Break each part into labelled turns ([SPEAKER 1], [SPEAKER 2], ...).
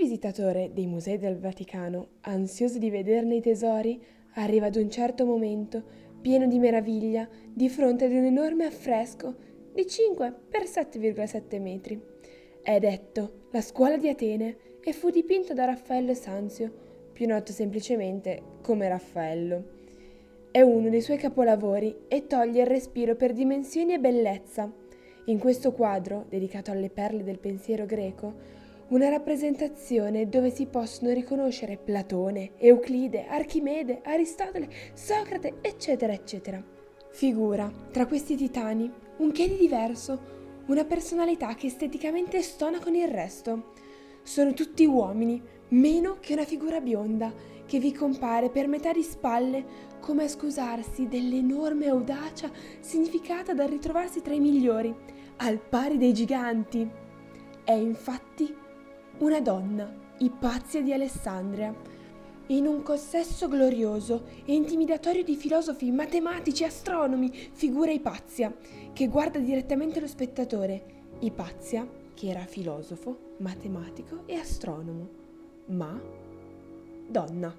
[SPEAKER 1] visitatore dei musei del Vaticano, ansioso di vederne i tesori, arriva ad un certo momento, pieno di meraviglia, di fronte ad un enorme affresco di 5 per 7,7 metri. È detto la Scuola di Atene e fu dipinto da Raffaello Sanzio, più noto semplicemente come Raffaello. È uno dei suoi capolavori e toglie il respiro per dimensioni e bellezza. In questo quadro, dedicato alle perle del pensiero greco, una rappresentazione dove si possono riconoscere Platone, Euclide, Archimede, Aristotele, Socrate, eccetera, eccetera. Figura, tra questi titani, un che di diverso, una personalità che esteticamente stona con il resto. Sono tutti uomini, meno che una figura bionda, che vi compare per metà di spalle come a scusarsi dell'enorme audacia significata dal ritrovarsi tra i migliori, al pari dei giganti. È infatti una donna, Ipazia di Alessandria, in un consesso glorioso e intimidatorio di filosofi, matematici, astronomi, figura Ipazia, che guarda direttamente lo spettatore. Ipazia, che era filosofo, matematico e astronomo, ma donna.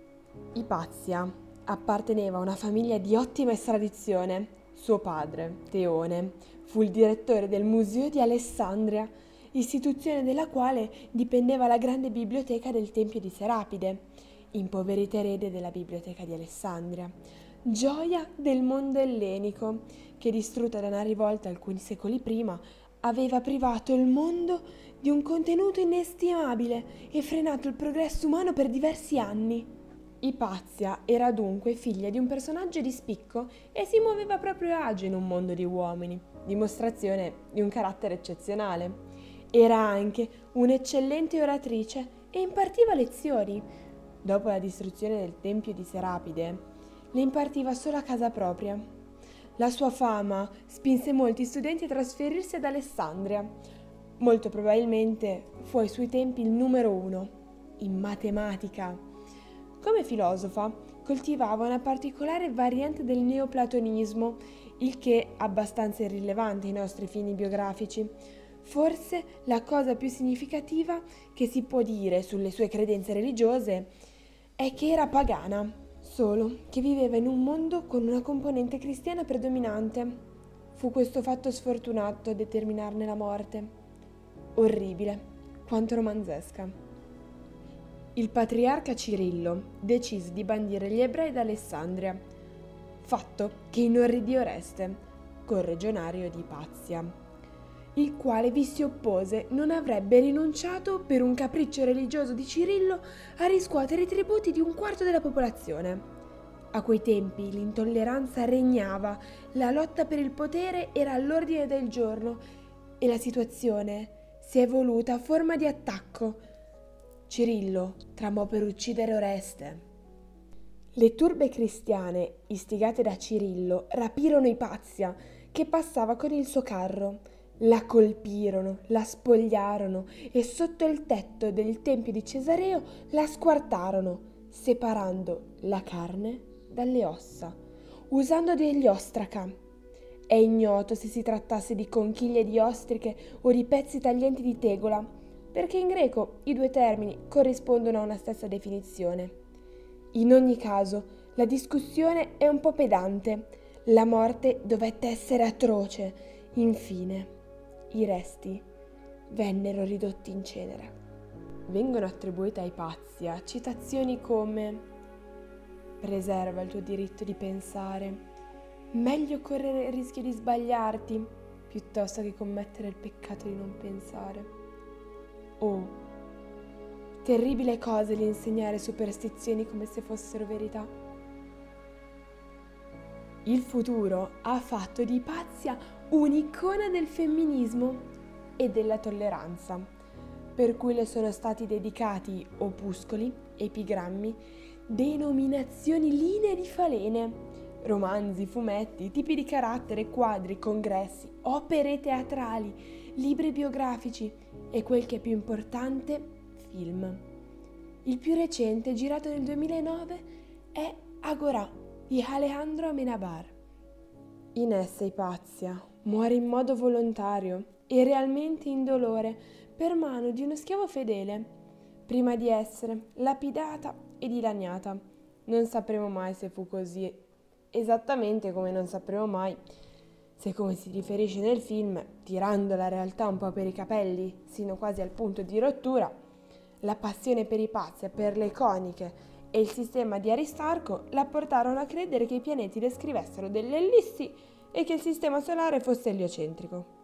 [SPEAKER 1] Ipazia apparteneva a una famiglia di ottima estradizione. Suo padre, Teone, fu il direttore del Museo di Alessandria, istituzione della quale dipendeva la grande biblioteca del Tempio di Serapide, impoverita erede della Biblioteca di Alessandria, gioia del mondo ellenico, che distrutta da una rivolta alcuni secoli prima, aveva privato il mondo di un contenuto inestimabile e frenato il progresso umano per diversi anni. Ipazia era dunque figlia di un personaggio di spicco e si muoveva a proprio agio in un mondo di uomini, dimostrazione di un carattere eccezionale. Era anche un'eccellente oratrice e impartiva lezioni. Dopo la distruzione del Tempio di Serapide, le impartiva solo a casa propria. La sua fama spinse molti studenti a trasferirsi ad Alessandria. Molto probabilmente fu ai suoi tempi il numero 1 in matematica. Come filosofa coltivava una particolare variante del neoplatonismo, il che è abbastanza irrilevante ai nostri fini biografici. Forse la cosa più significativa che si può dire sulle sue credenze religiose è che era pagana, solo che viveva in un mondo con una componente cristiana predominante. Fu questo fatto sfortunato a determinarne la morte. Orribile, quanto romanzesca. Il patriarca Cirillo decise di bandire gli ebrei da Alessandria, fatto che inorridì Oreste, corregionario di Ipazia, il quale vi si oppose non avrebbe rinunciato per un capriccio religioso di Cirillo a riscuotere i tributi di un quarto della popolazione. A quei tempi l'intolleranza regnava, la lotta per il potere era all'ordine del giorno e la situazione si è evoluta a forma di attacco. Cirillo tramò per uccidere Oreste. Le turbe cristiane, istigate da Cirillo, rapirono Ipazia, che passava con il suo carro. La colpirono, la spogliarono e sotto il tetto del tempio di Cesareo la squartarono, separando la carne dalle ossa, usando degli ostraca. È ignoto se si trattasse di conchiglie di ostriche o di pezzi taglienti di tegola, perché in greco i due termini corrispondono a una stessa definizione. In ogni caso, la discussione è un po' pedante. La morte dovette essere atroce. Infine, i resti vennero ridotti in cenere. Vengono attribuite a Ipazia citazioni come: preserva il tuo diritto di pensare, meglio correre il rischio di sbagliarti piuttosto che commettere il peccato di non pensare. Oh, terribile cosa l'insegnare superstizioni come se fossero verità. Il futuro ha fatto di Ipazia un'icona del femminismo e della tolleranza, per cui le sono stati dedicati opuscoli, epigrammi, denominazioni, linee di falene, romanzi, fumetti, tipi di carattere, quadri, congressi, opere teatrali, libri biografici e quel che è più importante, film. Il più recente, girato nel 2009, è Agorà di Alejandro Amenabar. In essa Ipazia muore in modo volontario e realmente indolore per mano di uno schiavo fedele, prima di essere lapidata e dilaniata. Non sapremo mai se fu così, esattamente come non sapremo mai se, come si riferisce nel film, tirando la realtà un po' per i capelli, sino quasi al punto di rottura, la passione per i pazzi e per le iconiche e il sistema di Aristarco la portarono a credere che i pianeti descrivessero delle ellissi e che il sistema solare fosse eliocentrico.